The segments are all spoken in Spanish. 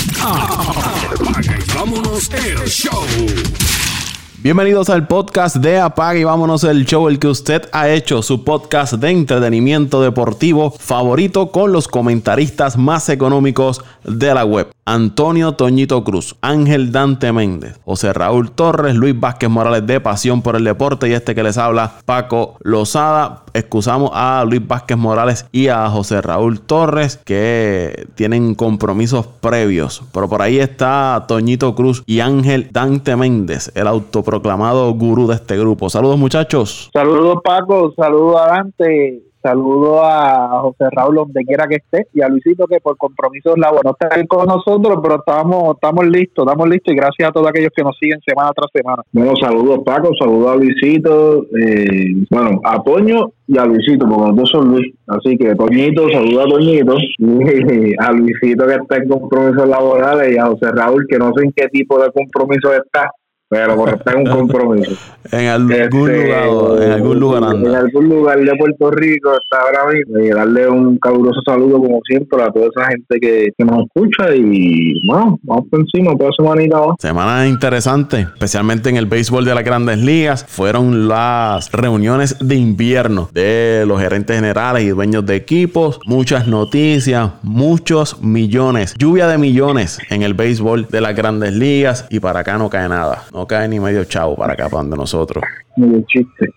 Apaga y vámonos el show. Bienvenidos al podcast de Apaga y Vámonos el Show, el que usted ha hecho su podcast de entretenimiento deportivo favorito con los comentaristas más económicos de la web. Antonio Toñito Cruz, Ángel Dante Méndez, José Raúl Torres, Luis Vázquez Morales de Pasión por el Deporte y este que les habla, Paco Lozada. Excusamos a Luis Vázquez Morales y a José Raúl Torres que tienen compromisos previos. Pero por ahí está Toñito Cruz y Ángel Dante Méndez, el autoproclamado gurú de este grupo. Saludos, muchachos. Saludos, Paco. Saludos a Dante. Saludo a José Raúl donde quiera que esté y a Luisito que por compromisos laborales no está con nosotros, pero estamos listos y gracias a todos aquellos que nos siguen semana tras semana. Bueno, saludos Paco, saludos a Luisito, a Toño y a Luisito, porque los dos son Luis, así que Toñito, saludos a Toñito, y a Luisito que está en compromisos laborales y a José Raúl que no sé en qué tipo de compromiso está, pero está en un compromiso. En algún lugar anda. En algún lugar de Puerto Rico está ahora mismo. Y darle un caluroso saludo como siempre a toda esa gente que nos escucha y bueno, vamos por encima toda semanita. Semana interesante, especialmente en el béisbol de las Grandes Ligas. Fueron las reuniones de invierno de los gerentes generales y dueños de equipos. Muchas noticias, muchos millones, lluvia de millones en el béisbol de las Grandes Ligas y para acá no cae nada. No cae ni medio chavo para acá, para donde nosotros. Muy chiste.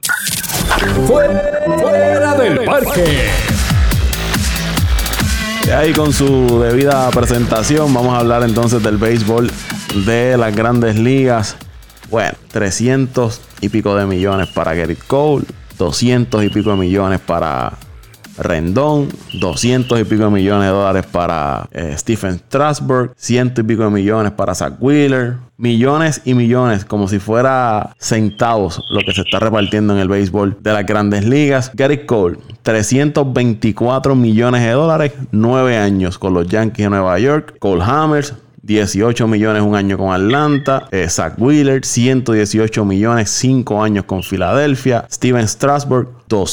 Fuera del parque. Y ahí con su debida presentación vamos a hablar entonces del béisbol de las Grandes Ligas. Bueno, 300 y pico de millones para Gerrit Cole, 200 y pico de millones para Rendón, 200 y pico de millones de dólares para Stephen Strasburg, 100 y pico de millones para Zach Wheeler, millones y millones, como si fuera centavos lo que se está repartiendo en el béisbol de las Grandes Ligas. Gerrit Cole, 324 millones de dólares, 9 años con los Yankees de Nueva York. Cole Hamels, 18 millones un año con Atlanta. Zach Wheeler, 118 millones, 5 años con Filadelfia. Stephen Strasburg,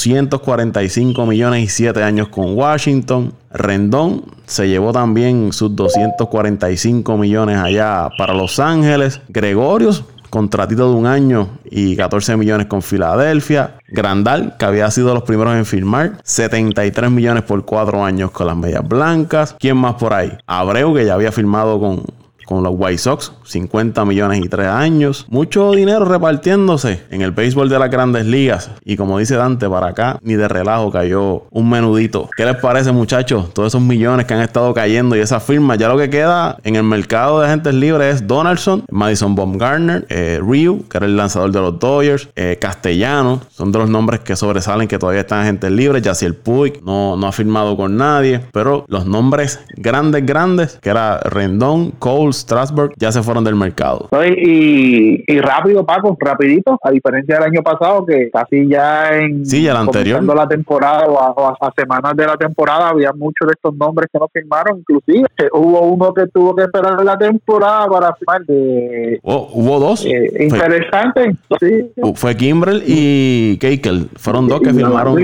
245 millones y 7 años con Washington. Rendón se llevó también sus 245 millones allá para Los Ángeles. Gregorius, contratito de un año y 14 millones con Filadelfia. Grandal, que había sido los primeros en firmar, 73 millones por 4 años con las Medias Blancas. ¿Quién más por ahí? Abreu, que ya había firmado con los White Sox, 50 millones y 3 años. Mucho dinero repartiéndose en el béisbol de las Grandes Ligas. Y como dice Dante, para acá ni de relajo cayó un menudito. ¿Qué les parece, muchachos? Todos esos millones que han estado cayendo y esas firmas. Ya lo que queda en el mercado de agentes libres es Donaldson, Madison Bumgarner, Ryu, que era el lanzador de los Dodgers, Castellano. Son de los nombres que sobresalen que todavía están agentes libres. Yasiel Puig no ha firmado con nadie. Pero los nombres grandes, que era Rendón, Cole, Strasburg, ya se fueron del mercado. Y rápido, Paco, rapidito, a diferencia del año pasado, que casi ya ya la anterior, la temporada o a semanas de la temporada, había muchos de estos nombres que no firmaron. Inclusive hubo uno que tuvo que esperar la temporada para firmar. Hubo dos. Interesante. Sí. Fue Kimbrel y Keuchel. Fueron dos que firmaron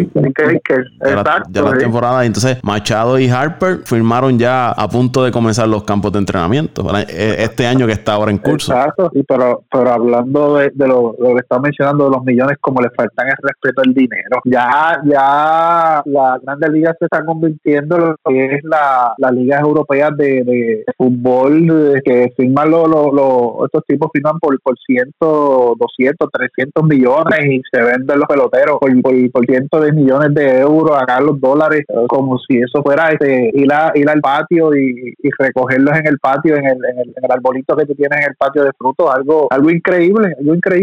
ya la temporada. Entonces Machado y Harper firmaron ya a punto de comenzar los campos de entrenamiento, ¿verdad? Este año que está ahora en curso. Exacto, pero hablando de lo que está mencionando de los millones, como le faltan el respeto al dinero. Ya la Grandes Ligas se está convirtiendo en lo que es las ligas europeas de fútbol, que firman estos tipos firman por 100, 200, 300 millones y se venden los peloteros por cientos de millones de euros, acá los dólares, como si eso fuera ir al patio y recogerlos en el patio, en el arbolito que tú tienes en el patio de frutos, algo increíble.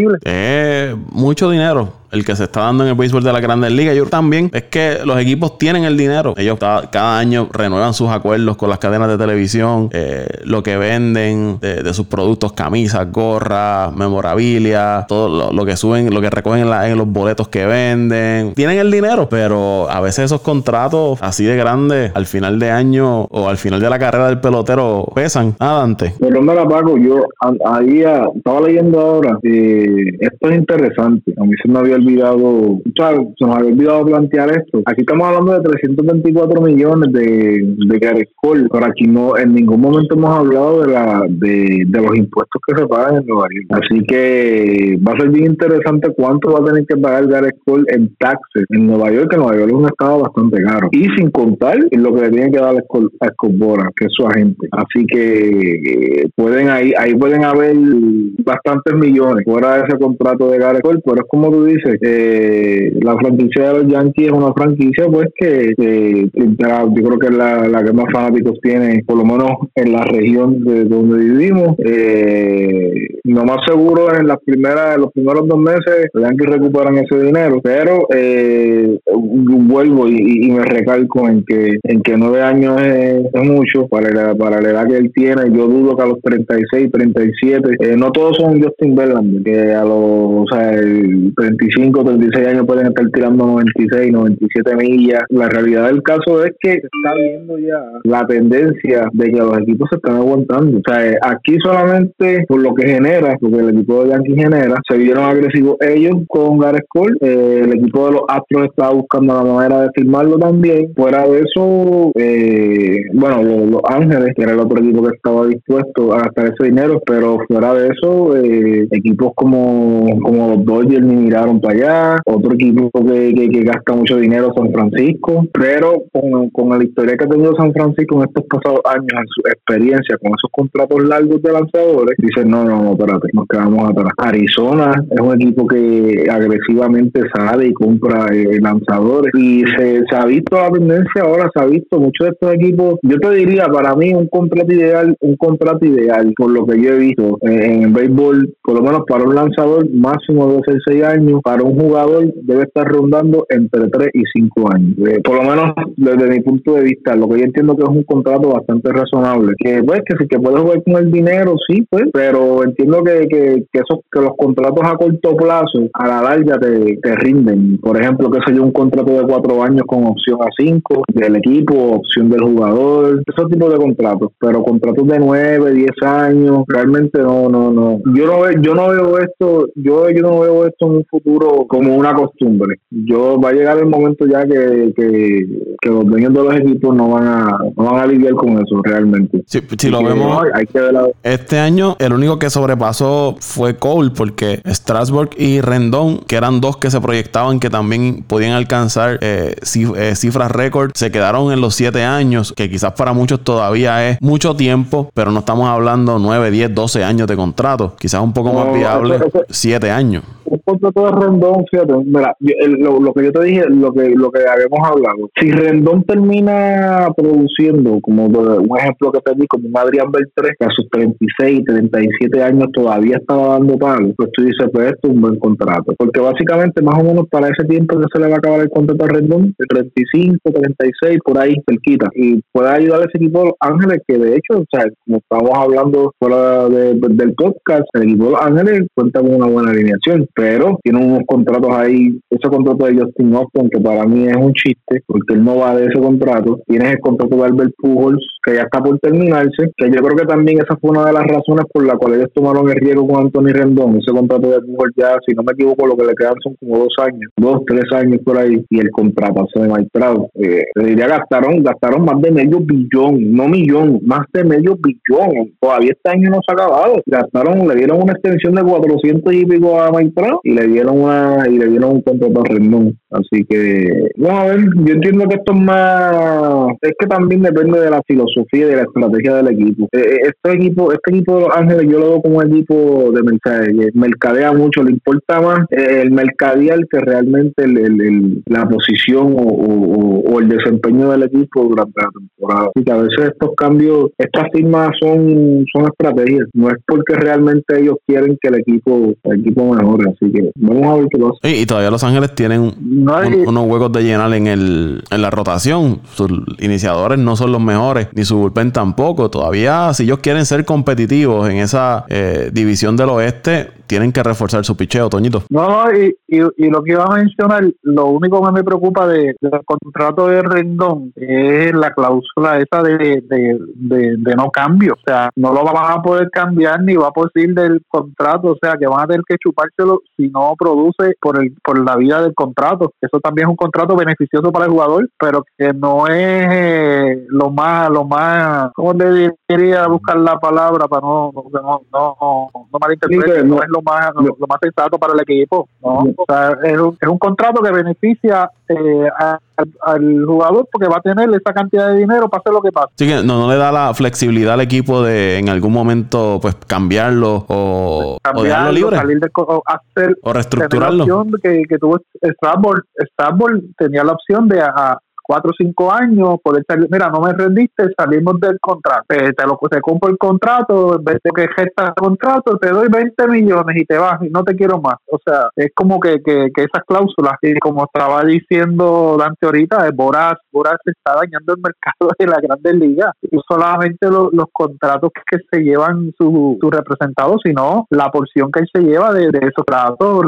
Mucho dinero el que se está dando en el béisbol de la Grandes Ligas. Yo también, es que los equipos tienen el dinero. Ellos cada año renuevan sus acuerdos con las cadenas de televisión, lo que venden de sus productos, camisas, gorras, memorabilia, todo lo que suben, lo que recogen en los boletos que venden. Tienen el dinero, pero a veces esos contratos así de grandes al final de año o al final de la carrera del pelotero pesan. Dante. adelante. Pero mira, Paco, yo ahí estaba leyendo ahora, esto es interesante. A mí se me había olvidado, o sea, se nos había olvidado plantear esto. Aquí estamos hablando de 324 millones de Gareth Cole, pero aquí no, en ningún momento hemos hablado de los impuestos que se pagan en Nueva York. Así que va a ser bien interesante cuánto va a tener que pagar Gareth Cole en taxes en Nueva York, que Nueva York es un estado bastante caro. Y sin contar lo que le tienen que dar a Scott Boras, que es su agente. Así que ahí pueden haber bastantes millones fuera de ese contrato de Gareth Cole, pero es como tú dices, la franquicia de los Yankees es una franquicia pues que yo creo que es la que más fanáticos tiene, por lo menos en la región de donde vivimos. Lo más seguro es los primeros 2 meses los Yankees recuperan ese dinero, pero vuelvo y me recalco en que 9 años es mucho para la edad que él tiene. Yo dudo que a los 36, 37, no todos son Justin Verlander, que a los 35, 36 años pueden estar tirando 96, 97 millas. La realidad del caso es que se está viendo ya la tendencia de que los equipos se están aguantando. O sea, aquí solamente por lo que genera, lo que el equipo de Yankees genera, se vieron agresivos ellos con Gareth Cole. El equipo de los Astros estaba buscando la manera de firmarlo también. Fuera de eso, los Ángeles, que era el otro equipo que estaba dispuesto a gastar ese dinero, pero fuera de eso, equipos como los Dodgers ni miraron para allá. Otro equipo que gasta mucho dinero, San Francisco, pero con la historia que ha tenido San Francisco en estos pasados años, en su experiencia con esos contratos largos de lanzadores, dicen no, espérate, nos quedamos atrás. Arizona es un equipo que agresivamente sale y compra lanzadores, y se ha visto la tendencia ahora, se ha visto muchos de estos equipos. Yo te diría, para mí un contrato ideal por lo que yo he visto en el béisbol, por lo menos para un lanzador máximo debe ser 6 años, para un jugador debe estar rondando entre 3 y 5 años, por lo menos desde mi punto de vista. Lo que yo entiendo que es un contrato bastante razonable, que sí que puedes jugar con el dinero, sí, pues, pero entiendo que los contratos a corto plazo a la larga te rinden. Por ejemplo, un contrato de 4 años con opción a 5 del equipo, opción del jugador, esos tipos de contratos. Pero contratos de 9, 10 años, realmente no. Yo no veo esto en un futuro como una costumbre. Va a llegar el momento ya que los dueños de los equipos no van a lidiar con eso realmente. Si lo vemos, hay que ver este año el único que sobrepasó fue Cole, porque Strasburg y Rendón, que eran 2 que se proyectaban que también podían alcanzar cifras récord, se quedaron en los 7 años, que quizás para muchos todavía es mucho tiempo, pero no estamos hablando 9, 10, 12 años de contrato, quizás un poco más viable 7 años. Un contrato de Rendón, fíjate, mira, lo que yo te dije, lo que habíamos hablado, si Rendón termina produciendo, como un ejemplo que te di, como un Adrián Beltré, que a sus 36, 37 años todavía estaba dando pago, pues tú dices, pues esto es un buen contrato, porque básicamente más o menos para ese tiempo que se le va a acabar el contrato a Rendón, de 35, 36, por ahí cerquita, y puede ayudar a ese equipo de Los Ángeles, que de hecho, o sea, como estábamos hablando fuera del podcast, el equipo de Los Ángeles cuenta con una buena alineación, pero tiene unos contratos ahí, ese contrato de Justin Upton, que para mí es un chiste, porque él no va de ese contrato. Tienes el contrato de Albert Pujols, que ya está por terminarse, que yo creo que también esa fue una de las razones por la cual ellos tomaron el riesgo con Anthony Rendón. Ese contrato de Pujols ya, si no me equivoco, lo que le quedan son como 2 años, 2, 3 años por ahí, y el contrato se Mike Trout. Ya gastaron más de $500 millones, no millón, más de $500 millones. Todavía este año no se ha acabado. Le dieron una extensión de 400 y pico a Mike Trout, y le dieron un contrato a Rendón. Así que, a ver, yo entiendo que esto es que también depende de la filosofía y de la estrategia del equipo. Este equipo de Los Ángeles yo lo veo como un equipo de mercadeo, mercadea mucho, le importa más el mercadear que realmente la posición o el desempeño del equipo durante la temporada. Así que a veces estos cambios, estas firmas son estrategias, no es porque realmente ellos quieren que el equipo mejore. Así que vamos a ver qué pasa. Y todavía Los Ángeles tienen unos huecos de llenar en la rotación. Sus iniciadores no son los mejores, ni su bullpen tampoco. Todavía, si ellos quieren ser competitivos en esa división del oeste, tienen que reforzar su picheo, Toñito. No, y lo que iba a mencionar, lo único que me preocupa del contrato de Rendón es la cláusula esa de no cambio. O sea, no lo van a poder cambiar ni va a poder ir del contrato. O sea, que van a tener que chupárselo si no produce por la vida del contrato. Eso también es un contrato beneficioso para el jugador, pero que no es lo más, ¿cómo le diría buscar la palabra para no malinterpretar? No es lo más sensato para el equipo, ¿no? O sea, es un contrato que beneficia al jugador porque va a tener esa cantidad de dinero para hacer lo que pasa. Así que no le da la flexibilidad al equipo de en algún momento pues cambiarlo o dejarlo libre, salir o reestructurarlo. La opción que tuvo Strasbourg tenía la opción de 4 o 5 años poder salir. Mira, no me rendiste, salimos del contrato, te compro el contrato, en vez de que gesta el contrato, te doy 20 millones y te vas y no te quiero más. O sea, es como que esas cláusulas, y como estaba diciendo Dante ahorita, Boras se está dañando el mercado de la Grandes Ligas, y no solamente los contratos que se llevan sus representados, sino la porción que él se lleva de esos tratos.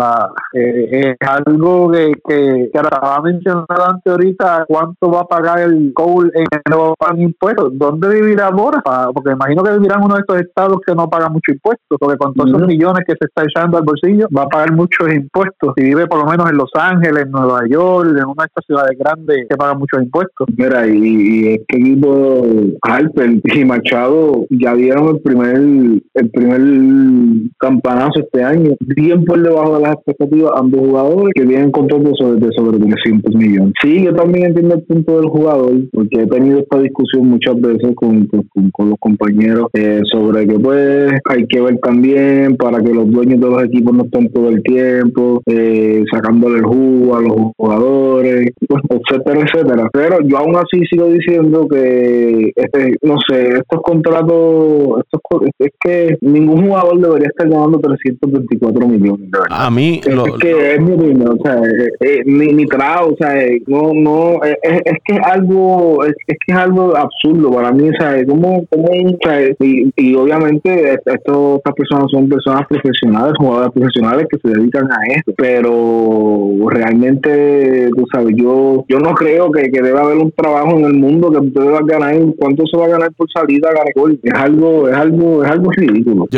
Es algo que acababa de mencionar Dante ahorita. ¿Cuánto va a pagar el Cole en impuestos? ¿Dónde vivirá Boras? Porque imagino que vivirá en uno de estos estados que no paga mucho impuestos, porque con todos esos millones que se está echando al bolsillo va a pagar muchos impuestos. Si vive por lo menos en Los Ángeles, en Nueva York, en una de estas ciudades grandes que pagan muchos impuestos. Mira, y este equipo Harper y Machado ya dieron el primer campanazo este año, bien por debajo de las expectativas, ambos jugadores que vienen contratos de sobre 300 millones. Sí, yo también entiendo el punto del jugador, porque he tenido esta discusión muchas veces con los compañeros sobre que pues hay que ver también para que los dueños de los equipos no estén todo el tiempo sacándole el jugo a los jugadores, pues, etcétera. Pero yo aún así sigo diciendo que no sé, estos contratos, es que ningún jugador debería estar ganando 324 millones, de verdad. A mí que es mi opinión, o sea, ni Trout, o sea, no, es que es algo absurdo para mí, o sea, como o sea, y obviamente estas personas son personas profesionales, jugadores profesionales que se dedican a esto, pero realmente, tú sabes, yo no creo que deba haber un trabajo en el mundo que usted va a ganar, cuánto se va a ganar por salida a Garecol. Es algo ridículo.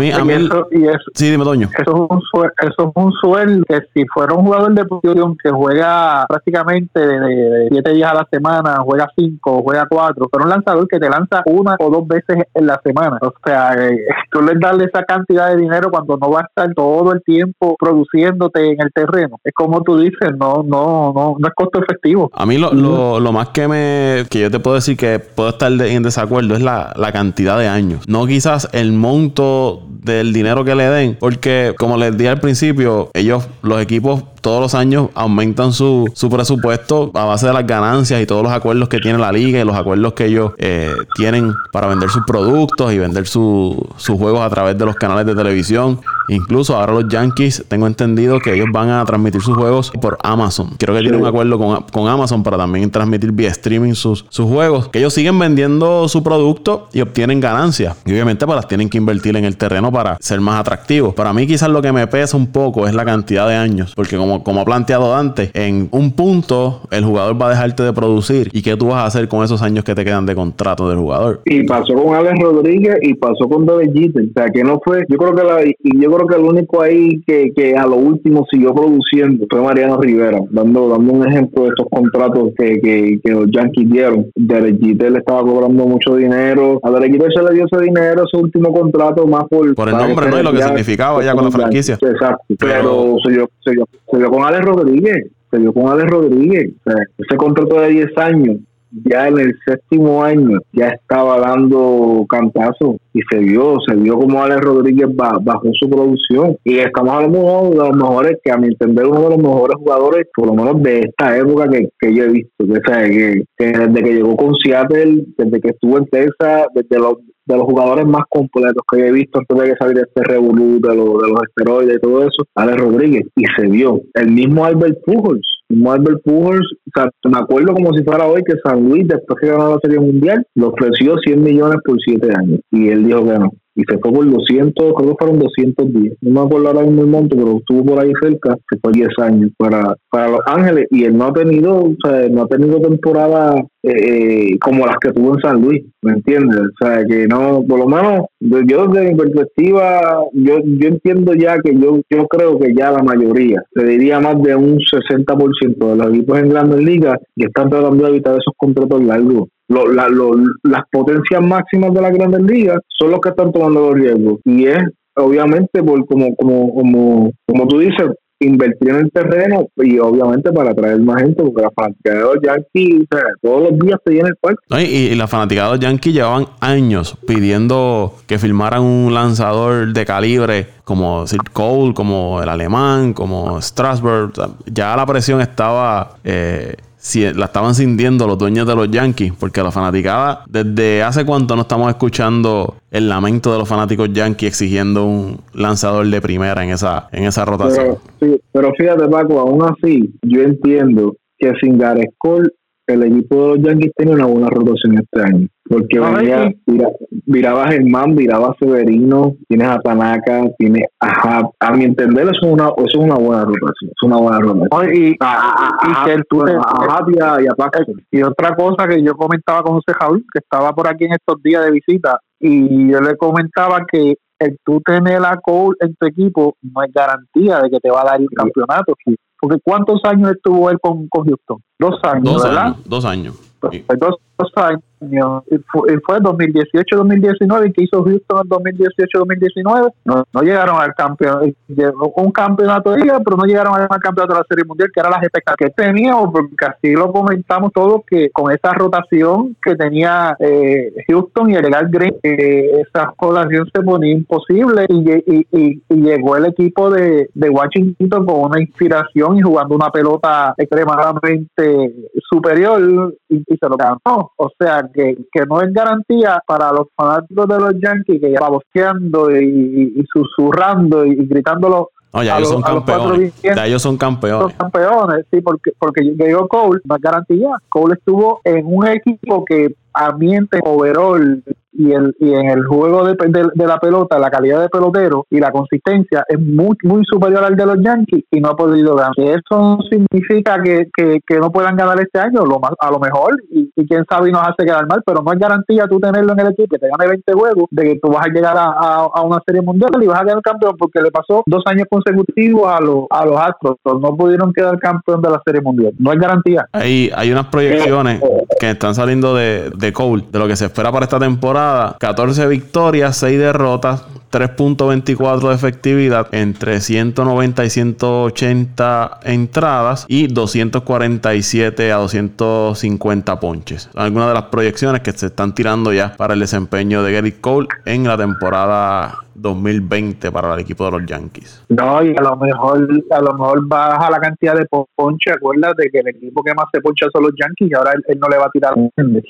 Sí, dime, Toño. Eso es un sueldo que si fuera un jugador de posición que juega prácticamente de 7 días a la semana, juega 5, juega 4, pero un lanzador que te lanza 1 o 2 veces en la semana. O sea, tú le darle esa cantidad de dinero cuando no va a estar todo el tiempo produciéndote en el terreno. Es como tú dices, no es costo efectivo. A mí lo más que yo te puedo decir que puedo estar en desacuerdo es la cantidad de años. No quizás el monto del dinero que le den, porque como les dije al principio, los equipos todos los años aumentan su presupuesto a base de las ganancias y todos los acuerdos que tiene la liga y los acuerdos que ellos tienen para vender sus productos y vender sus juegos a través de los canales de televisión. Incluso ahora los Yankees, tengo entendido que ellos van a transmitir sus juegos por Amazon. Creo que tienen un acuerdo con Amazon para también transmitir vía streaming sus juegos, que ellos siguen vendiendo su producto y obtienen ganancias. Y obviamente pues las tienen que invertir en el terreno para ser más atractivos. Para mí quizás lo que me pesa un poco es la cantidad de años, porque como ha planteado Dante, en un punto el jugador va a dejarte de producir. ¿Y qué tú vas a hacer con esos años que te quedan de contrato del jugador? Y pasó con Alex Rodríguez y pasó con Derek Jeter. O sea, que no fue... Yo creo que el único ahí que a lo último siguió produciendo fue Mariano Rivera, dando un ejemplo de estos contratos que los Yankees dieron. Derek Jeter le estaba cobrando mucho dinero. A Derek Jeter se le dio ese dinero, ese último contrato, más por el nombre, ¿no? Y lo que significaba ya con la franquicia. Exacto. Pero se dio con Alex Rodríguez. O sea, ese contrato de 10 años, ya en el 7º año ya estaba dando cantazos y se vio como Alex Rodríguez bajó su producción, y estamos hablando de los mejores, que a mi entender uno de los mejores jugadores por lo menos de esta época que yo he visto, que desde que llegó con Seattle, desde que estuvo en Texas, de los jugadores más completos que he visto antes de que saliera este revolú de los esteroides y todo eso, Alex Rodríguez, y se vio. El mismo Albert Pujols, o sea, me acuerdo como si fuera hoy que San Luis, después que ganó la Serie Mundial, le ofreció $100 millones por 7 años, y él dijo que no. y se fue por 200, creo que fueron 210, no me acuerdo ahora mismo el monto, pero estuvo por ahí cerca, se fue 10 años para Los Ángeles, y él no ha tenido temporada como las que tuvo en San Luis, ¿me entiendes? O sea, que no, por lo menos yo desde mi perspectiva, yo entiendo ya que yo creo que ya la mayoría, te diría más de un 60% de los equipos en Grandes Ligas que están tratando de evitar esos contratos largos. Las potencias máximas de las Grandes Ligas son los que están tomando los riesgos, y es obviamente por como tú dices, invertir en el terreno, y obviamente para atraer más gente, porque la fanaticada de los Yankees, o sea, todos los días te llena el parque. No, y la fanaticada de los Yankees llevaban años pidiendo que firmaran un lanzador de calibre como Sir Cole, como el alemán, como Strasburg. O sea, ya la presión estaba la estaban sintiendo los dueños de los Yankees, porque la fanaticada, desde hace cuánto no estamos escuchando el lamento de los fanáticos Yankees exigiendo un lanzador de primera en esa rotación. Pero fíjate, Paco, aún así yo entiendo que sin Gareth Cole el equipo de los Yankees tiene una buena rotación este año, porque viraba a Germán, viraba a Severino, tienes a Tanaka, tienes a mi entender eso es una buena rotación, Y a Paxton. Y otra cosa que yo comentaba con José Jaúl, que estaba por aquí en estos días de visita, y yo le comentaba que el tú tener a Cole en tu equipo no es garantía de que te va a dar el campeonato. Porque ¿cuántos años estuvo él con Houston? 2 años, ¿verdad? 2 años. Pues 2 años. Y fue 2018-2019, y que hizo Houston en 2018-2019. No llegaron al campeón. Llegó un campeonato de liga, pero no llegaron al campeonato de la Serie Mundial, que era las expectativas que teníamos, porque así lo comentamos todos, que con esa rotación que tenía Houston y el Legal Green, esa colación se ponía imposible, y llegó el equipo de Washington con una inspiración y jugando una pelota extremadamente superior, y se lo ganó. O sea, que no es garantía para los fanáticos de los Yankees, que ya va bosteando y susurrando y gritándolo. No, ya ellos son campeones. Ya ellos son campeones. Son campeones, sí, porque yo digo Cole, no es garantía. Cole estuvo en un equipo que ambiente overall y en el juego de la pelota, la calidad de pelotero y la consistencia es muy muy superior al de los Yankees, y no ha podido ganar. Eso no significa que no puedan ganar este año, a lo mejor, y quién sabe, y nos hace quedar mal, pero no es garantía tú tenerlo en el equipo, que te gane 20 juegos, de que tú vas a llegar a una serie mundial y vas a quedar campeón, porque le pasó 2 años consecutivos a los Astros, no pudieron quedar campeón de la serie mundial. No es garantía. Hay unas proyecciones que están saliendo de Cole, de lo que se espera para esta temporada: 14 victorias, 6 derrotas, 3.24 de efectividad, entre 190 y 180 entradas y 247 a 250 ponches. Son algunas de las proyecciones que se están tirando ya para el desempeño de Gerrit Cole en la temporada 2020 para el equipo de los Yankees. No, y a lo mejor baja la cantidad de ponche. Acuérdate que el equipo que más se poncha son los Yankees, y ahora él no le va a tirar.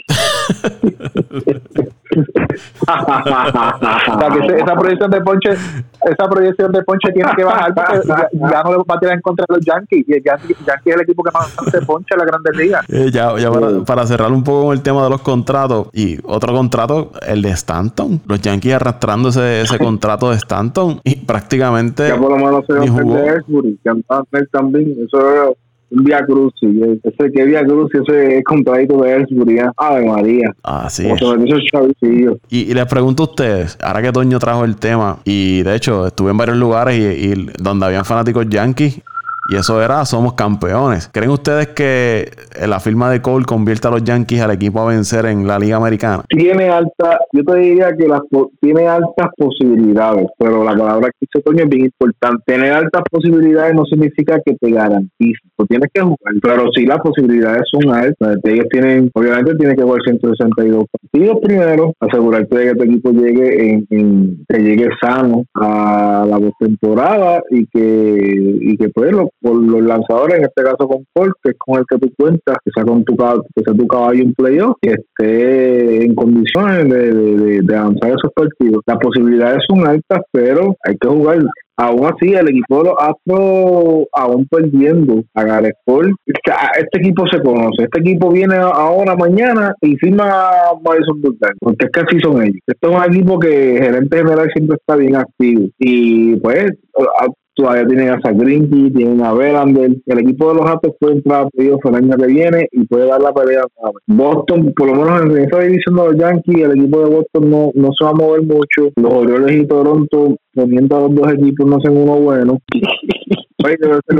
O sea, que esa proyección de ponche tiene que bajar, porque ya no le va a tirar en contra de los Yankees, y el Yankee es el equipo que más se poncha en la Grandes Ligas. Para cerrar un poco con el tema de los contratos, y otro contrato, el de Stanton, los Yankees arrastrando ese contrato de Stanton, y prácticamente ya por lo menos se jugó. De Ersbury, que andaba también, eso un Vía Crucis, ese contrato de Ersbury, Ave María. Así es. Y les pregunto a ustedes, ahora que Toño trajo el tema, y de hecho estuve en varios lugares y donde habían fanáticos Yankees, y eso era somos campeones. ¿Creen ustedes que la firma de Cole convierta a los Yankees al equipo a vencer en la Liga Americana? Yo te diría que tiene altas posibilidades, pero la palabra que dice Toño es bien importante. Tener altas posibilidades no significa que te garantice, tú tienes que jugar, pero sí las posibilidades son altas. Ellos obviamente tienen que jugar 162 partidos primero, asegurarte de que tu equipo llegue sano a la postemporada, y que pues los lanzadores, en este caso con Cole, que es con el que tú cuentas, que sea tu caballo en playoff, que esté en condiciones de avanzar esos partidos. Las posibilidades son altas, pero hay que jugar. aún así el equipo de los Astros aún perdiendo a Gareth Cole. Este equipo se conoce, este equipo viene ahora, mañana y firma a Madison Bumgarner, porque es que así son ellos. Este es un equipo que el gerente general siempre está bien activo y pues todavía tienen a Zach Greinke, tienen a Verlander. El equipo de los Astros puede entrar a playoff el año que viene y puede dar la pelea a Boston. Por lo menos en esa división de los Yankees, el equipo de Boston no se va a mover mucho. Los Orioles y Toronto, poniendo a los dos equipos, no hacen uno bueno. Hoy debe ser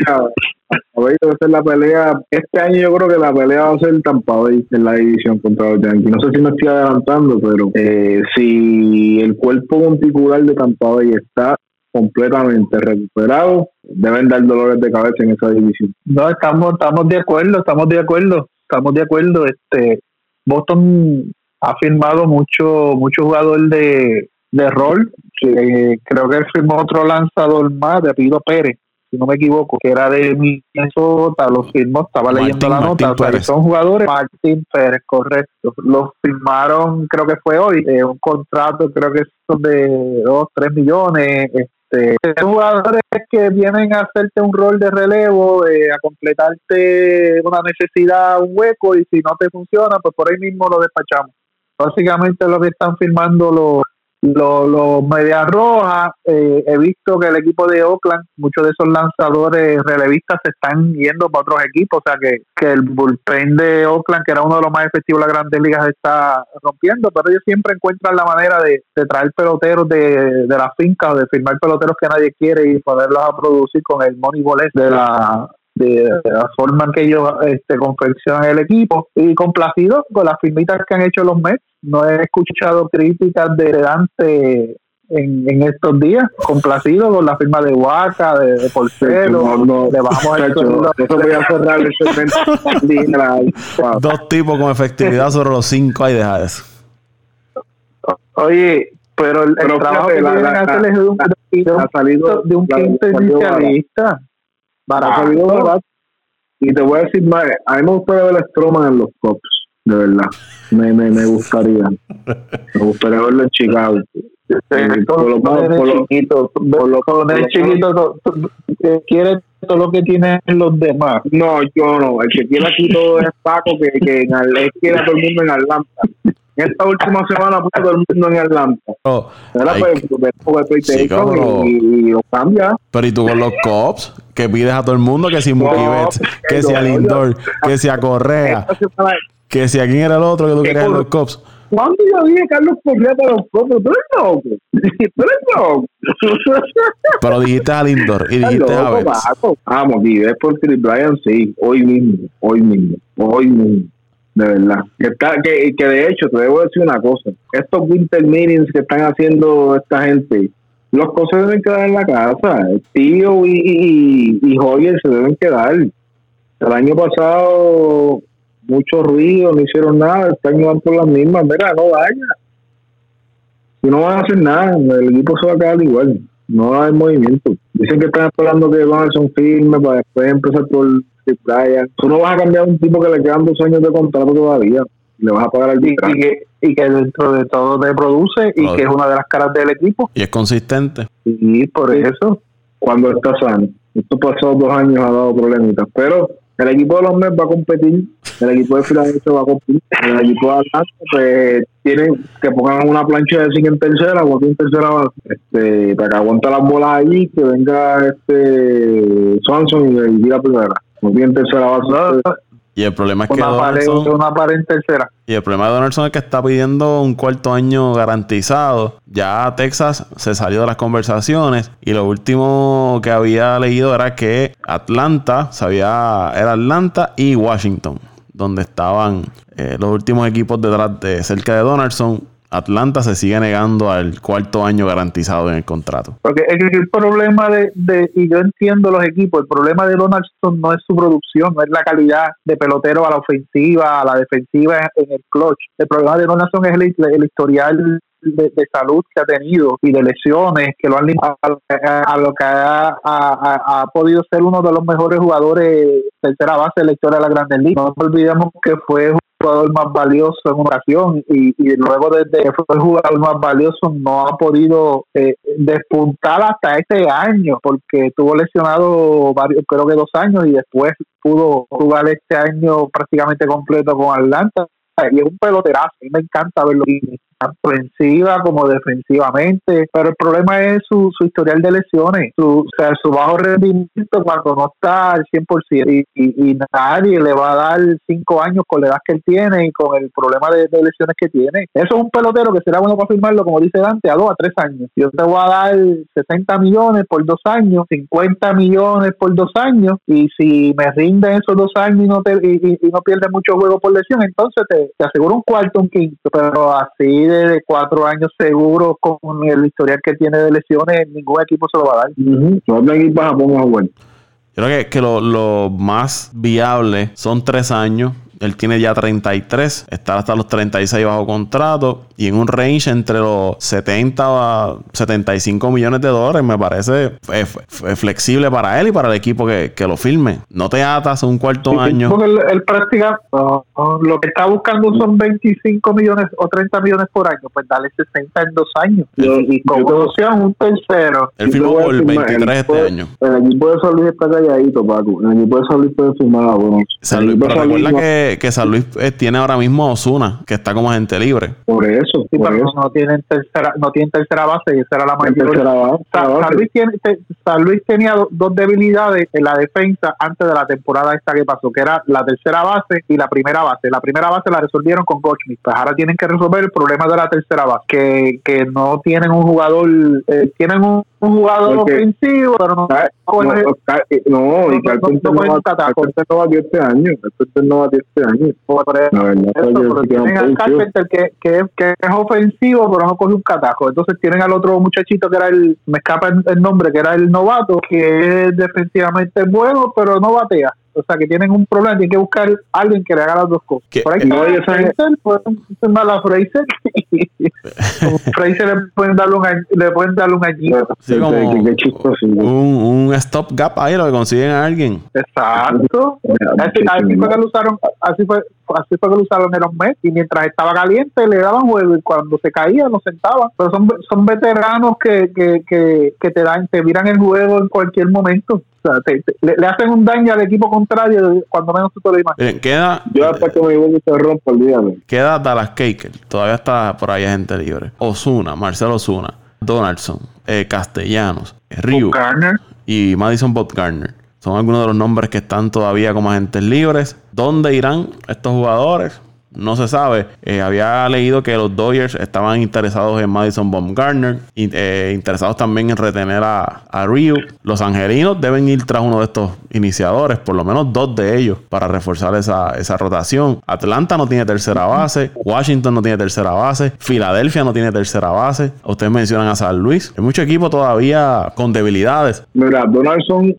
la pelea. Este año yo creo que la pelea va a ser Tampa Bay en la división contra los Yankees. No sé si me estoy adelantando, pero si el cuerpo monticular de Tampa Bay está completamente recuperado, deben dar dolores de cabeza en esa división. No, estamos de acuerdo. Boston ha firmado mucho jugador de rol. Creo que él firmó otro lanzador más de apellido Pérez, si no me equivoco, que era de Minnesota, los firmó, estaba leyendo la nota, o sea, que son jugadores. Martín Pérez, correcto, los firmaron, creo que fue hoy, un contrato, creo que son de 2-3 millones. Son jugadores que vienen a hacerte un rol de relevo, a completarte una necesidad, un hueco, y si no te funciona, pues por ahí mismo lo despachamos. Básicamente lo que están firmando los Medias Rojas. He visto que el equipo de Oakland, muchos de esos lanzadores relevistas se están yendo para otros equipos, o sea que el bullpen de Oakland, que era uno de los más efectivos de las Grandes Ligas, se está rompiendo, pero ellos siempre encuentran la manera de traer peloteros de las fincas, o de firmar peloteros que nadie quiere y ponerlos a producir con el Moneyball de la forma en que ellos confeccionan el equipo, y complacido con las firmitas que han hecho los Mets. No he escuchado críticas de Dante en estos días. Complacido con la firma de Waka, de Porcelo. Le bajamos el sueldo. Eso voy a cerrar el segmento. Dos tipos con efectividad sobre los 5 y deja eso. Oye, pero el trabajo que tienen que hacer es de un quinto inicialista. Barato. Y te voy a decir más, a mí me gustaría ver a Stroman en los Cubs, de verdad. Me gustaría. Me gustaría verlo en Chicago. Con el chiquito quiere todo lo que tienen los demás. No, yo no. El que quiere aquí todo es Paco, que quiere a todo el mundo en Atlanta. En esta última semana puso todo el mundo en Atlanta. Y lo cambia. Pero ¿y tú con los Cubs? Que pides a todo el mundo, que si Mookie Betts, que si a Lindor, que si a Correa, que si a quién era el otro que tú querías en los Cubs. ¿Cuándo yo dije Carlos Correa para los Cubs? ¿Tú eres loco? Pero dijiste a Lindor y dijiste a Betts. Vamos, y es por Chris Bryant, sí. Hoy mismo. De verdad. Que de hecho, te debo decir una cosa. Estos winter meetings que están haciendo esta gente, los cosas deben quedar en la casa. El tío y Hoyer se deben quedar. El año pasado, mucho ruido, no hicieron nada. Este año van por las mismas. Mira, no vaya. Si no van a hacer nada, el equipo se va a quedar igual. No va a haber movimiento. Dicen que están esperando que Donaldson firme para después empezar por Bryant. Tú no vas a cambiar a un tipo que le quedan 2 años de contrato todavía. Le vas a pagar al arbitraje. Y que dentro de todo te produce y que es una de las caras del equipo. Y es consistente. Y por eso, cuando está sano. Estos pasados 2 años ha dado problemitas. Pero el equipo de los Mets va a competir. El equipo de Filadelfia va a competir. El equipo de Atlanta, pues, tienen que pongan una plancha de 5 en tercera o en tercera base. Para que aguante las bolas allí, que venga Swanson y tira primera. No tiene tercera base. Y el problema es que una pared en tercera. Y el problema de Donaldson es que está pidiendo un 4º año garantizado. Ya Texas se salió de las conversaciones. Y lo último que había leído era que era Atlanta y Washington, donde estaban los últimos equipos detrás de cerca de Donaldson. Atlanta se sigue negando al 4º año garantizado en el contrato. Porque el problema y yo entiendo los equipos, el problema de Donaldson no es su producción, no es la calidad de pelotero a la ofensiva, a la defensiva en el clutch. El problema de Donaldson es el historial de salud que ha tenido y de lesiones que lo han limitado a lo que ha podido ser uno de los mejores jugadores tercera base de la historia de la Grandes Ligas. No olvidemos que fue jugador más valioso en una ocasión y luego desde que fue el jugador más valioso no ha podido despuntar hasta este año porque estuvo lesionado creo que 2 años y después pudo jugar este año prácticamente completo con Atlanta. Y es un peloterazo, a mí me encanta verlo tanto ofensiva como defensivamente, pero el problema es su historial de lesiones, su bajo rendimiento cuando no está al 100% y nadie le va a dar 5 años con la edad que él tiene y con el problema de lesiones que tiene. Eso es un pelotero que será bueno para firmarlo, como dice Dante, a 2 a 3 años. Yo te voy a dar 60 millones por 2 años, 50 millones por 2 años, y si me rinden esos 2 años y no pierdes mucho juego por lesión, entonces te aseguro un cuarto, un quinto, pero así de 4 años seguro con el historial que tiene de lesiones, ningún equipo se lo va a dar. Todo el equipo a Japón a jugar. Yo creo que lo más viable son 3 años. Él tiene ya 33, está hasta los 36 bajo contrato y en un range entre los 70 a 75 millones de dólares. Me parece flexible para él y para el equipo que lo firme. No te atas a un cuarto año. Porque él prácticamente lo que está buscando son 25 millones o 30 millones por año. Pues dale 60 en 2 años. Y como sea un tercero. Él firmó por 23 este año. El equipo de San Luis está calladito, Paco. El equipo de San Luis puede firmar a Bono. Pero recuerda que San Luis tiene ahora mismo a Osuna, que está como agente libre. Por eso. Sí, pero no tienen tercera base y esa era la mayor. San Luis tenía 2 debilidades en la defensa antes de la temporada esta que pasó, que era la tercera base y la primera base. La primera base la resolvieron con Goldschmidt. Pues ahora tienen que resolver el problema de la tercera base, que no tienen un jugador, tienen un jugador ofensivo, pero no y Carpenter no batió este año. Carpenter no batió este año. Tienen al Carpenter que es ofensivo, pero no coge un catajo. Entonces tienen al otro muchachito que era me escapa el nombre, que era el novato, que es defensivamente bueno, pero no batea. O sea, que tienen un problema, tienen que buscar a alguien que le haga las dos cosas. Por ahí Fraser, Fraser le pueden darle un añito. Sí, un stopgap ahí, lo que consiguen a alguien. Exacto. Así fue que lo usaron, así fue que lo usaron en los Mets, y mientras estaba caliente le daban juego, y cuando se caía lo sentaban. Pero son veteranos que te miran el juego en cualquier momento. O sea, le hacen un daño al equipo contrario cuando menos tú te lo imaginas. Yo hasta que mi boca se rompa, olvídame. Queda Dallas Keuchel, todavía está por ahí agente libre. Osuna, Marcelo Osuna, Donaldson, Castellanos, Ryu y Madison Bumgarner. Son algunos de los nombres que están todavía como agentes libres. ¿Dónde irán estos jugadores? No se sabe. Había leído que los Dodgers estaban interesados en Madison Bumgarner, interesados también en retener a Ryu. Los angelinos deben ir tras uno de estos iniciadores, por lo menos 2 de ellos, para reforzar esa rotación. Atlanta no tiene tercera base, Washington no tiene tercera base, Filadelfia no tiene tercera base. Ustedes mencionan a San Luis. Hay mucho equipo todavía con debilidades. Mira, Donaldson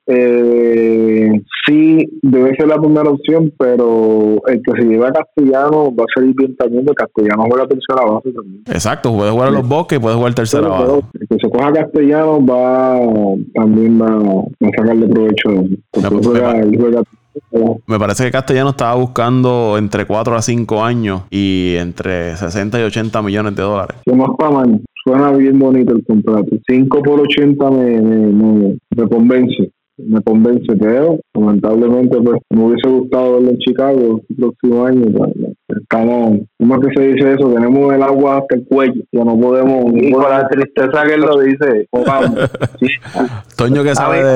sí debe ser la primera opción, pero el que se lleva a Castellano va a ser bien también, porque Castellano juega tercera base también. Exacto, puede jugar a los Bosques y puede jugar tercera base. El que se coja Castellano también va a sacarle provecho de eso. Me parece que Castellano estaba buscando entre 4 a 5 años y entre 60 y 80 millones de dólares. Suena bien bonito el contrato. 5 por 80 me convence. Pero lamentablemente pues me hubiese gustado verlo en Chicago el próximo año. Estamos, ¿cómo es que se dice eso? Tenemos el agua hasta el cuello, ya no podemos. Y con la tristeza que él lo dice. Sí. Toño que sabe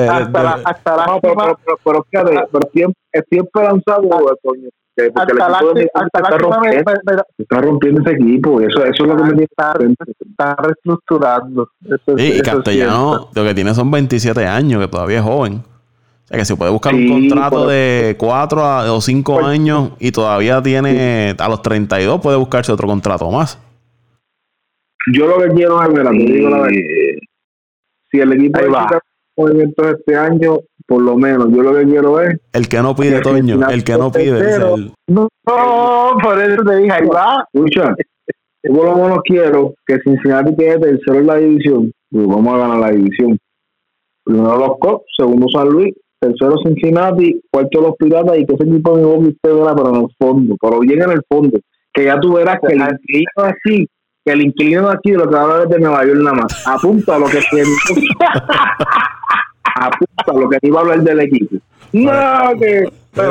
pero fíjate, estoy esperanzado, Toño. Porque está rompiendo ese equipo. Eso es lo que me está reestructurando. Y Castellano lo que tiene son 27 años, que todavía es joven. O sea que se puede buscar un contrato de 4 o 5 años y todavía tiene a los 32 puede buscarse otro contrato más. Yo lo que quiero es, te digo la verdad, si el equipo va movimientos este año, por lo menos, yo lo que quiero es el que no pide, Toño, el que no pide. No, por eso te dije, ahí va. Escucha, yo por lo menos quiero que Cincinnati quede tercero en la división, pues vamos a ganar la división. Primero los Cubs, segundo San Luis, tercero Cincinnati, cuarto los Piratas y que ese equipo de Milwaukee usted verá, pero en el fondo, pero bien en el fondo, que ya tú verás que el inquilino aquí de lo que va a hablar de Nueva York nada más, apunta a lo que apunta a lo que iba a hablar del equipo. No, que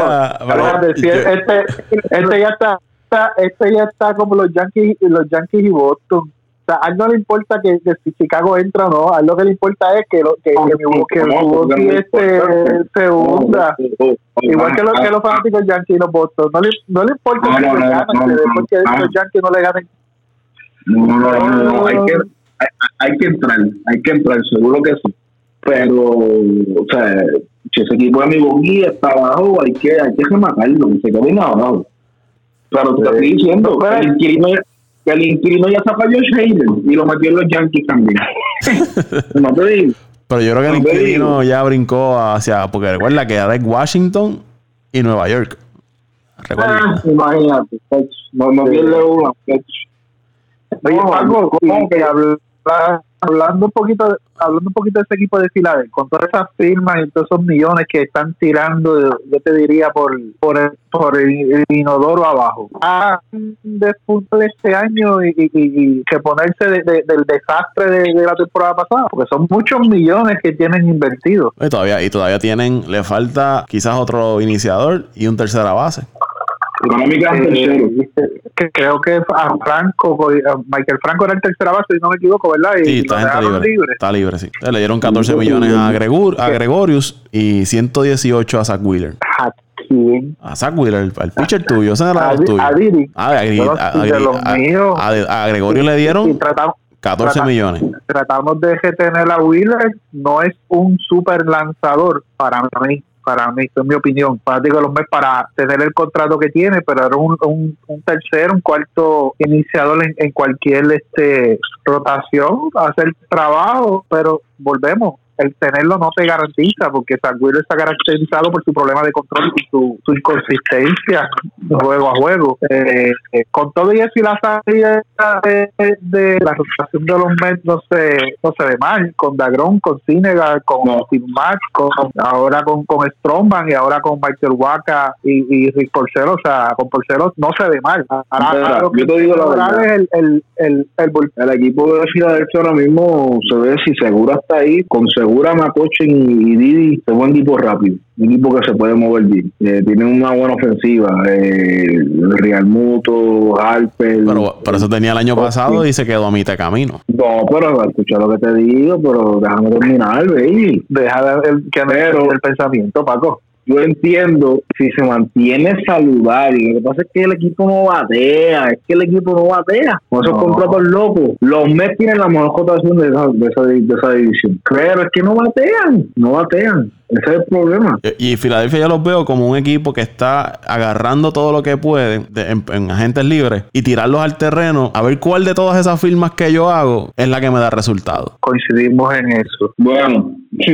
este ya está como los Yankees y Boston. O sea, a él no le importa que si Chicago entra o no, a él lo que le importa es que Milwaukee se hunda. Igual que los fanáticos Yankees y los Boston. No le importa que porque los Yankees no le ganen. No, hay que entrar, seguro que sí. Pero, o sea, si ese equipo de Milwaukee está abajo, hay que rematarlo, que se queden abajo. Pero te estoy diciendo que el inquilino ya sacó a Josh Hader y lo metió en los Yankees también. No te digo. Pero yo creo que el inquilino ya brincó porque recuerda que era de Washington y Nueva York. Imagínate, no pierde uno. Oye, Paco, hablando un poquito de ese equipo de Filadelfia, con todas esas firmas y todos esos millones que están tirando, yo te diría por el inodoro abajo, después de este año y que ponerse del desastre de la temporada pasada, porque son muchos millones que tienen invertidos. Y todavía le falta quizás otro iniciador y un tercera base. Creo que Michael Franco era el tercera base, si no me equivoco, ¿verdad? Sí, está libre, sí. Le dieron 14 millones a Gregorius y 118 a Zach Wheeler. ¿A quién? A Zach Wheeler, el pitcher tuyo, ese era el tuyo. A Gregorio le dieron 14 millones. Tratamos de retener a Wheeler, no es un super lanzador para mí, esto es mi opinión, fanático de los Mets, para tener el contrato que tiene, pero era un tercero, un cuarto iniciador en cualquier rotación, hacer trabajo, pero volvemos, el tenerlo no te garantiza, porque Zach Wheeler está caracterizado por su problema de control y su inconsistencia juego a juego. Con todo y eso y la salida de la rotación de los Mets no se ve mal, con Dagron, con Sinegal, con Steve Mark, ahora con Stroman y ahora con Michael Wacha y Rick Porcello, o sea, con Porcello no se ve mal. Ahora, yo te digo la verdad, es el equipo de Filadelfia ahora mismo se ve, si Segura está ahí, con Segura, Macochen y Didi, es buen equipo rápido, un equipo que se puede mover bien, tiene una buena ofensiva, Real Muto, Harper. Pero eso tenía el año pasado y se quedó a mitad de camino. No, pero escucha lo que te digo, pero déjame terminar, baby. Deja que me el pensamiento, Paco. Yo entiendo si se mantiene saludable. Lo que pasa es que el equipo no batea. Con esos contratos locos. Los Mets tienen la mejor cotación de esa división. Pero es que no batean. Ese es el problema. Y Filadelfia yo los veo como un equipo que está agarrando todo lo que puede en agentes libres y tirarlos al terreno a ver cuál de todas esas firmas que yo hago es la que me da resultado. Coincidimos en eso. Bueno,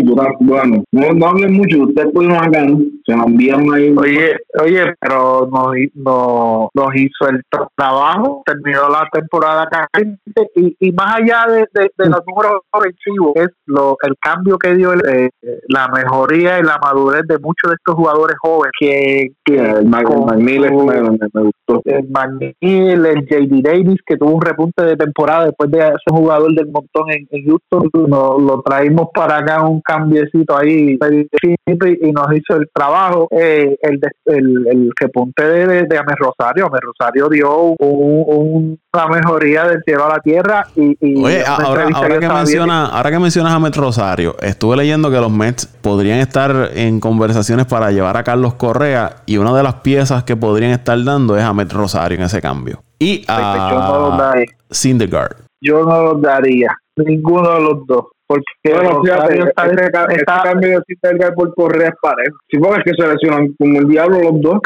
no hablen mucho. Ustedes pueden hacer, se nos envían ahí. Oye, pero nos hizo el trabajo, terminó la temporada caliente y más allá de los números ofensivos, es el cambio que dio la mejoría y la madurez de muchos de estos jugadores jóvenes el McNeil me gustó. El McNeil, el J.D. Davis, que tuvo un repunte de temporada después de ser jugador del montón en Houston, lo traímos para acá, un cambiecito ahí y nos hizo el trabajo. El repunte de Amer Rosario dio una mejoría del cielo a la tierra Oye, ahora que mencionas a Amer Rosario, estuve leyendo que los Mets podrían estar en conversaciones para llevar a Carlos Correa y una de las piezas que podrían estar dando es a Amer Rosario en ese cambio y a Syndergaard. Yo no los daría, ninguno de los dos. Porque este cambio de Syndergaard por Correa es parejo. Si porque es que se lesionan como el diablo los dos.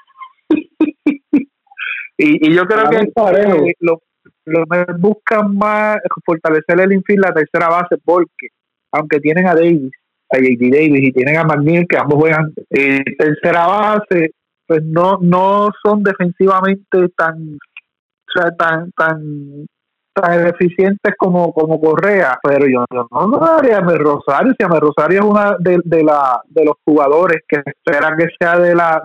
y yo creo que los buscan más fortalecer el infield, la tercera base, porque aunque tienen a Davis, a J.D. Davis y tienen a McNeil, que ambos juegan tercera base, pues no son defensivamente tan tan eficientes como Correa, pero yo no daría a Amed Rosario. Si Amed Rosario es una de los jugadores que esperan que sea de las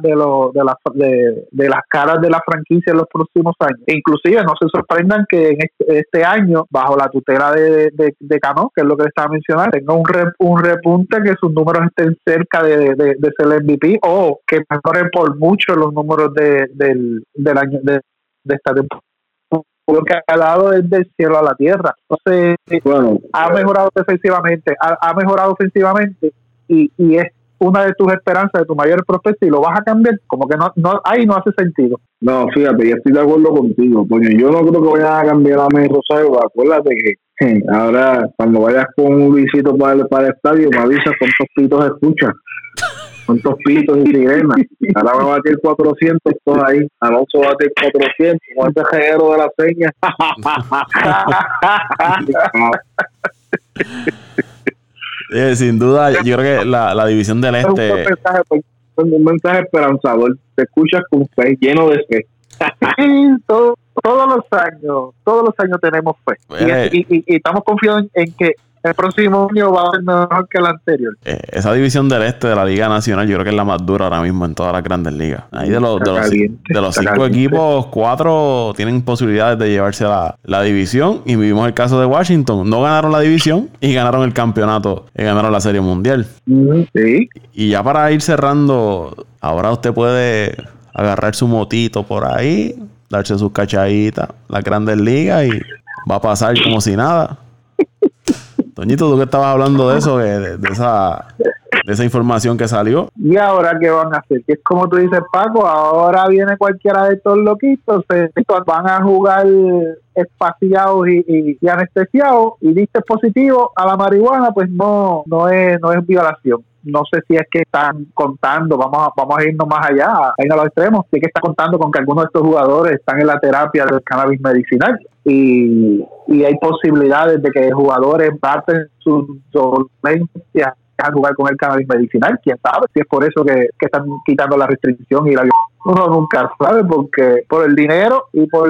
caras de la franquicia en los próximos años. E inclusive no se sorprendan que en este año, bajo la tutela de Cano, que es lo que le estaba mencionando, tenga un repunte, que sus números estén cerca de ser el MVP, o que mejoren por mucho los números del año de esta temporada. Porque ha dado desde el cielo a la tierra. Entonces, bueno, ha mejorado defensivamente, ha mejorado ofensivamente, y es una de tus esperanzas, de tu mayor prospecto, y lo vas a cambiar. Como que no ahí no hace sentido. No, fíjate, yo estoy de acuerdo contigo, porque yo no creo que vayan a cambiar a Amed Rosario. Acuérdate que ahora cuando vayas con un Luisito para el estadio, me avisas cuántos pitos escuchas, cuántos pitos y sirenas. Ahora va a batir 400 todos ahí. Alonso va a batir 400 con este reguero de la seña. Sin duda, yo creo que la división del este es un mensaje esperanzador. Te escuchas con fe, lleno de fe. Todos los años tenemos fe, y estamos confiados en que el próximo año va a ser mejor que el anterior. Esa división del este de la Liga Nacional, yo creo que es la más dura ahora mismo en todas las grandes ligas. Ahí de los 5 equipos, 4 tienen posibilidades de llevarse a la división, y vivimos el caso de Washington. No ganaron la división y ganaron el campeonato, y ganaron la Serie Mundial. Sí. Y ya para ir cerrando, ahora usted puede agarrar su motito por ahí, darse sus cachaditas, las grandes ligas, y va a pasar como si nada. Toñito, tú que estabas hablando de eso, de esa información que salió. ¿Y ahora qué van a hacer? Que es como tú dices, Paco, ahora viene cualquiera de estos loquitos, van a jugar espaciados y anestesiados, y diste positivo a la marihuana, pues no es violación. No sé si es que están contando, vamos a irnos más allá, a ir a los extremos, si es que está contando con que algunos de estos jugadores están en la terapia del cannabis medicinal, y hay posibilidades de que jugadores baten sus dolencias a jugar con el cannabis medicinal. Quién sabe si es por eso que están quitando la restricción y uno nunca sabe, porque por el dinero y por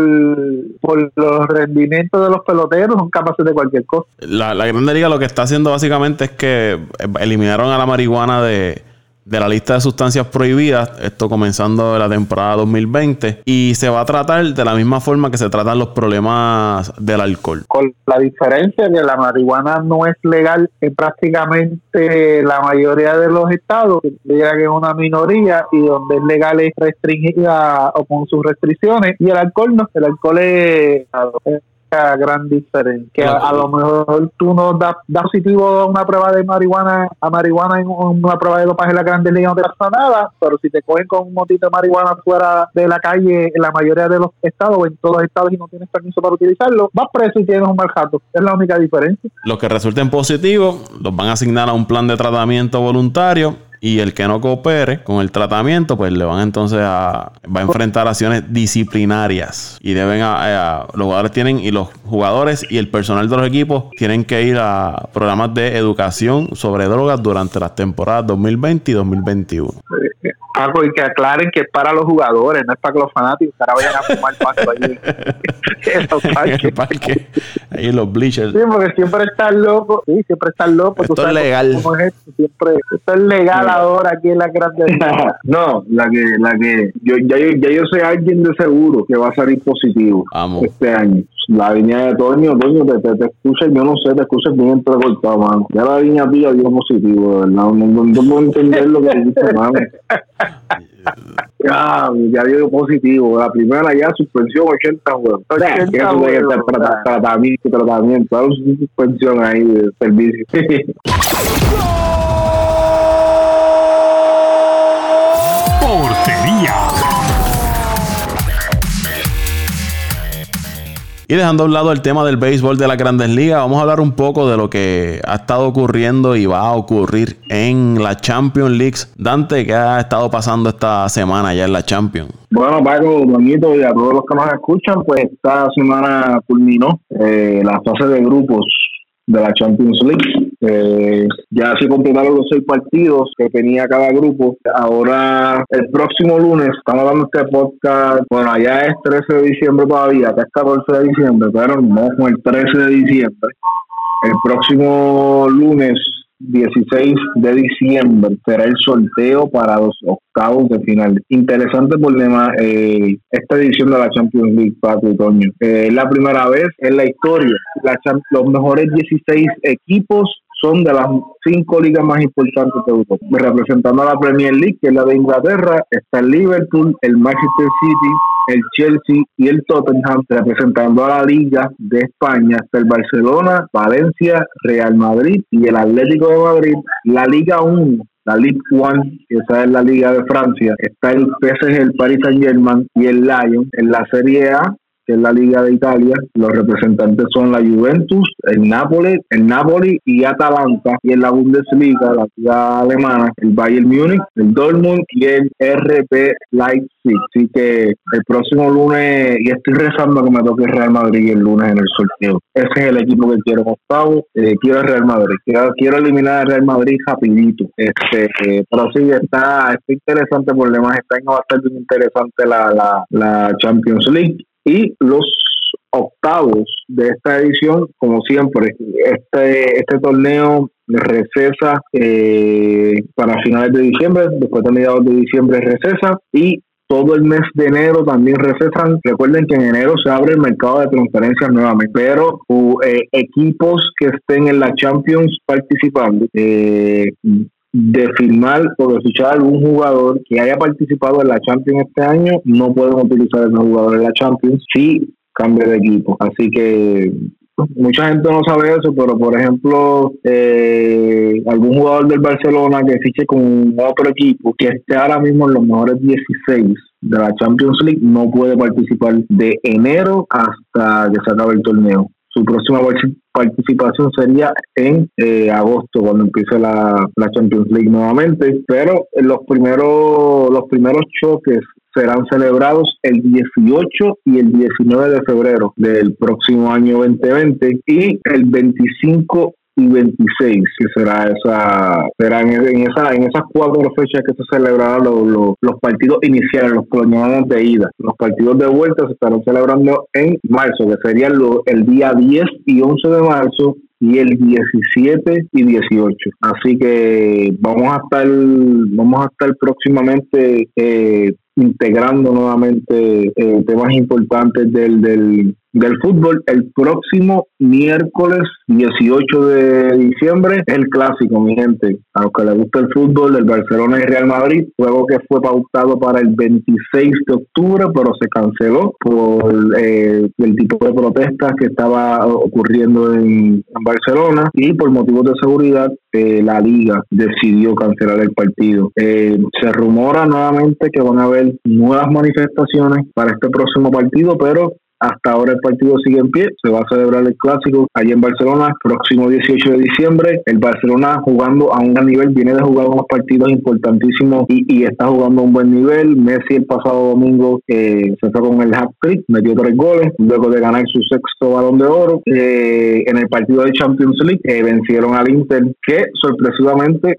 los rendimientos de los peloteros son capaces de cualquier cosa. La Grande Liga lo que está haciendo básicamente es que eliminaron a la marihuana de la lista de sustancias prohibidas, esto comenzando de la temporada 2020, y se va a tratar de la misma forma que se tratan los problemas del alcohol. Con la diferencia que la marihuana no es legal en prácticamente la mayoría de los estados, diría que es una minoría, y donde es legal es restringida o con sus restricciones, y el alcohol no, el alcohol es gran diferencia. Que a lo mejor tú no das positivo a una prueba de marihuana en una prueba de dopaje en la Grandes Ligas, no te pasa nada, pero si te cogen con un motito de marihuana fuera de la calle en la mayoría de los estados o en todos los estados y no tienes permiso para utilizarlo, vas preso y tienes un mal rato. Es la única diferencia. Los que resulten positivos los van a asignar a un plan de tratamiento voluntario, y el que no coopere con el tratamiento, pues le van entonces va a enfrentar acciones disciplinarias, y los jugadores los jugadores y el personal de los equipos tienen que ir a programas de educación sobre drogas durante las temporadas 2020 y 2021. Paco, y que aclaren que es para los jugadores, no es para que los fanáticos ahora vayan a fumar pasto ahí en el parque, ahí en los bleachers. Sí, porque siempre están locos. Sí, siempre están locos. Esto es legal. ¿Cómo es esto? Esto es legal ahora aquí en la Grandes Ligas. No, la que yo soy alguien de seguro que va a salir positivo. Vamos. Este año. La viña de Toño, te escucha, yo no sé, te escucha bien entrecortado, mano. Ya la viña tuya dio positivo, de verdad. No puedo entender lo que dice, mano. Ya dio positivo. La primera ya suspensión 80 juegos. Tratamiento. Hay una suspensión ahí de servicio. Portería. Y dejando a un lado el tema del béisbol de las Grandes Ligas, vamos a hablar un poco de lo que ha estado ocurriendo y va a ocurrir en la Champions League. Dante, ¿qué ha estado pasando esta semana ya en la Champions? Bueno, Paco, Doñito, y a todos los que nos escuchan, pues esta semana culminó la fase de grupos de la Champions League. Ya se completaron los 6 partidos que tenía cada grupo. Ahora, el próximo lunes, estamos dando este podcast, bueno, allá es 13 de diciembre todavía, acá es 14 de diciembre, pero no con el 13 de diciembre. El próximo lunes 16 de diciembre será el sorteo para los octavos de final. Interesante por demás esta edición de la Champions League, Paco y Toño. Es la primera vez en la historia. Los mejores 16 equipos son de las 5 ligas más importantes de Europa. Representando a la Premier League, que es la de Inglaterra, está el Liverpool, el Manchester City, el Chelsea y el Tottenham. Representando a la Liga de España está el Barcelona, Valencia, Real Madrid y el Atlético de Madrid. La Liga 1, la Ligue 1, que esa es la Liga de Francia, está el PSG, el Paris Saint-Germain y el Lyon. En la Serie A, que es la Liga de Italia, los representantes son la Juventus, el Napoli y Atalanta. Y en la Bundesliga, la Liga alemana, el Bayern Múnich, el Dortmund y el RB Leipzig. Así que el próximo lunes, y estoy rezando que me toque Real Madrid el lunes en el sorteo. Ese es el equipo que quiero, octavo. Quiero el Real Madrid. Quiero eliminar al Real Madrid rapidito. Pero sí, está interesante por demás. Está bastante interesante la Champions League. Y los octavos de esta edición, como siempre, este torneo recesa para finales de diciembre, después de mediados de diciembre recesa, y todo el mes de enero también recesan. Recuerden que en enero se abre el mercado de transferencias nuevamente, pero equipos que estén en la Champions participando, de firmar o de fichar a algún jugador que haya participado en la Champions este año, no pueden utilizar a ese jugador en la Champions si cambia de equipo. Así que mucha gente no sabe eso, pero por ejemplo, algún jugador del Barcelona que fiche con otro equipo que esté ahora mismo en los mejores 16 de la Champions League no puede participar de enero hasta que se acabe el torneo. Su próxima participación sería en agosto, cuando empiece la Champions League nuevamente. Pero los primeros choques serán celebrados el 18 y el 19 de febrero del próximo año 2020 y el 25 y 26, que serán en esas 4 fechas que se celebrarán los partidos iniciales, los que llamamos de ida. Los partidos de vuelta se estarán celebrando en marzo, que serían el día 10 y 11 de marzo y el 17 y 18. Así que vamos a estar próximamente integrando nuevamente temas importantes del fútbol. El próximo miércoles 18 de diciembre es el clásico, mi gente. A los que les gusta el fútbol, el Barcelona y Real Madrid, juego que fue pautado para el 26 de octubre, pero se canceló por el tipo de protestas que estaba ocurriendo en Barcelona, y por motivos de seguridad la liga decidió cancelar el partido. Se rumora nuevamente que van a haber nuevas manifestaciones para este próximo partido, pero hasta ahora el partido sigue en pie. Se va a celebrar el clásico allí en Barcelona el próximo 18 de diciembre. El Barcelona jugando a un gran nivel, viene de jugar unos partidos importantísimos y está jugando a un buen nivel. Messi el pasado domingo se fue con el hat-trick, metió 3 goles luego de ganar su 6º Balón de Oro. En el partido de Champions League vencieron al Inter, que sorpresivamente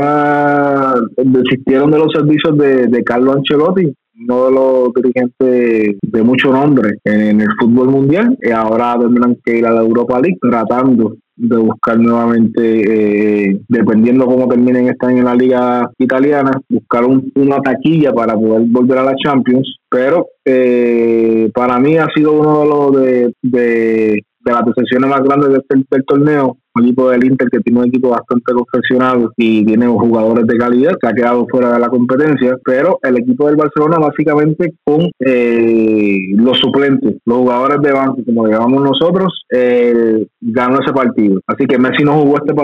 desistieron de los servicios de Carlo Ancelotti, uno de los dirigentes de mucho nombre en el fútbol mundial. Ahora tendrán que ir a la Europa League tratando de buscar nuevamente, dependiendo cómo terminen este año en la liga italiana, buscar una taquilla para poder volver a la Champions. Pero para mí ha sido uno de las decepciones más grandes del torneo. El equipo del Inter, que tiene un equipo bastante confeccionado y tiene jugadores de calidad, que ha quedado fuera de la competencia, pero el equipo del Barcelona básicamente con los suplentes, los jugadores de banco, como le llamamos nosotros, ganó ese partido. Así que Messi no jugó este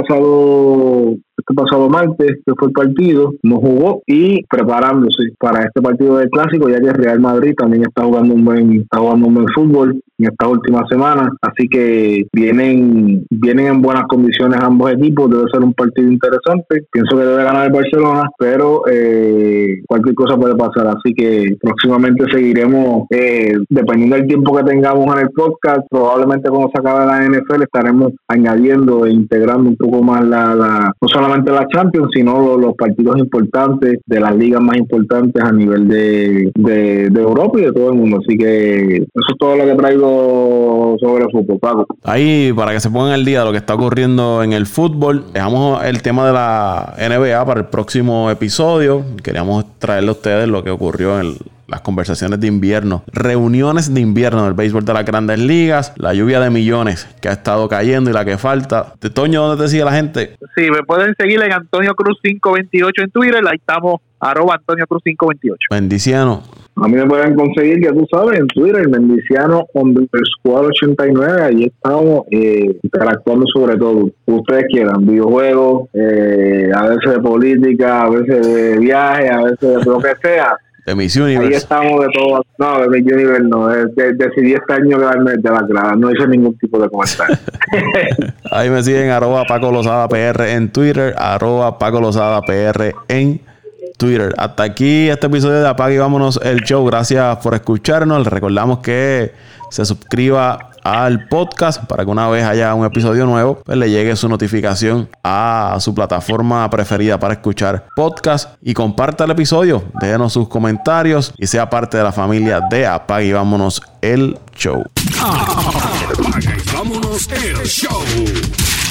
pasado martes, que fue el partido, no jugó, y preparándose para este partido del clásico, ya que Real Madrid también está jugando un buen fútbol en estas últimas semanas. Así que vienen en buena buenas condiciones ambos equipos, debe ser un partido interesante. Pienso que debe ganar el Barcelona, pero cualquier cosa puede pasar, así que próximamente seguiremos, dependiendo del tiempo que tengamos en el podcast, probablemente cuando se acabe la NFL estaremos añadiendo e integrando un poco más no solamente la Champions, sino los partidos importantes de las ligas más importantes a nivel de Europa y de todo el mundo, así que eso es todo lo que traigo sobre el fútbol, Paco. Ahí, para que se pongan al día de lo que está ocurriendo en el fútbol, dejamos el tema de la NBA para el próximo episodio. Queríamos traerle a ustedes lo que ocurrió en las conversaciones de invierno, reuniones de invierno del béisbol de las Grandes Ligas, la lluvia de millones que ha estado cayendo y la que falta. Toño, ¿dónde te sigue la gente? Sí, me pueden seguir en Antonio Cruz 528 en Twitter, ahí estamos, @Antonio Cruz 528. Bendiciano. A mí me pueden conseguir, ya tú sabes, en Twitter, Bendiciano_89, ahí estamos interactuando sobre todo, ustedes quieran, videojuegos, a veces de política, a veces de viaje, a veces de lo que sea. De Miss Universe. Ahí estamos de todo. No, de Miss Universe no. Decidí este año quedarme de la grada. No hice ningún tipo de comentario. Ahí me siguen @Paco Lozada PR en Twitter, @Paco Lozada PR en Twitter. Hasta aquí este episodio de Apaga y Vámonos el Show. Gracias por escucharnos. Les recordamos que se suscriba al podcast para que una vez haya un episodio nuevo, pues le llegue su notificación a su plataforma preferida para escuchar podcast, y comparta el episodio, déjenos sus comentarios y sea parte de la familia de Apaga y Vámonos el Show. Apaga y Vámonos el Show.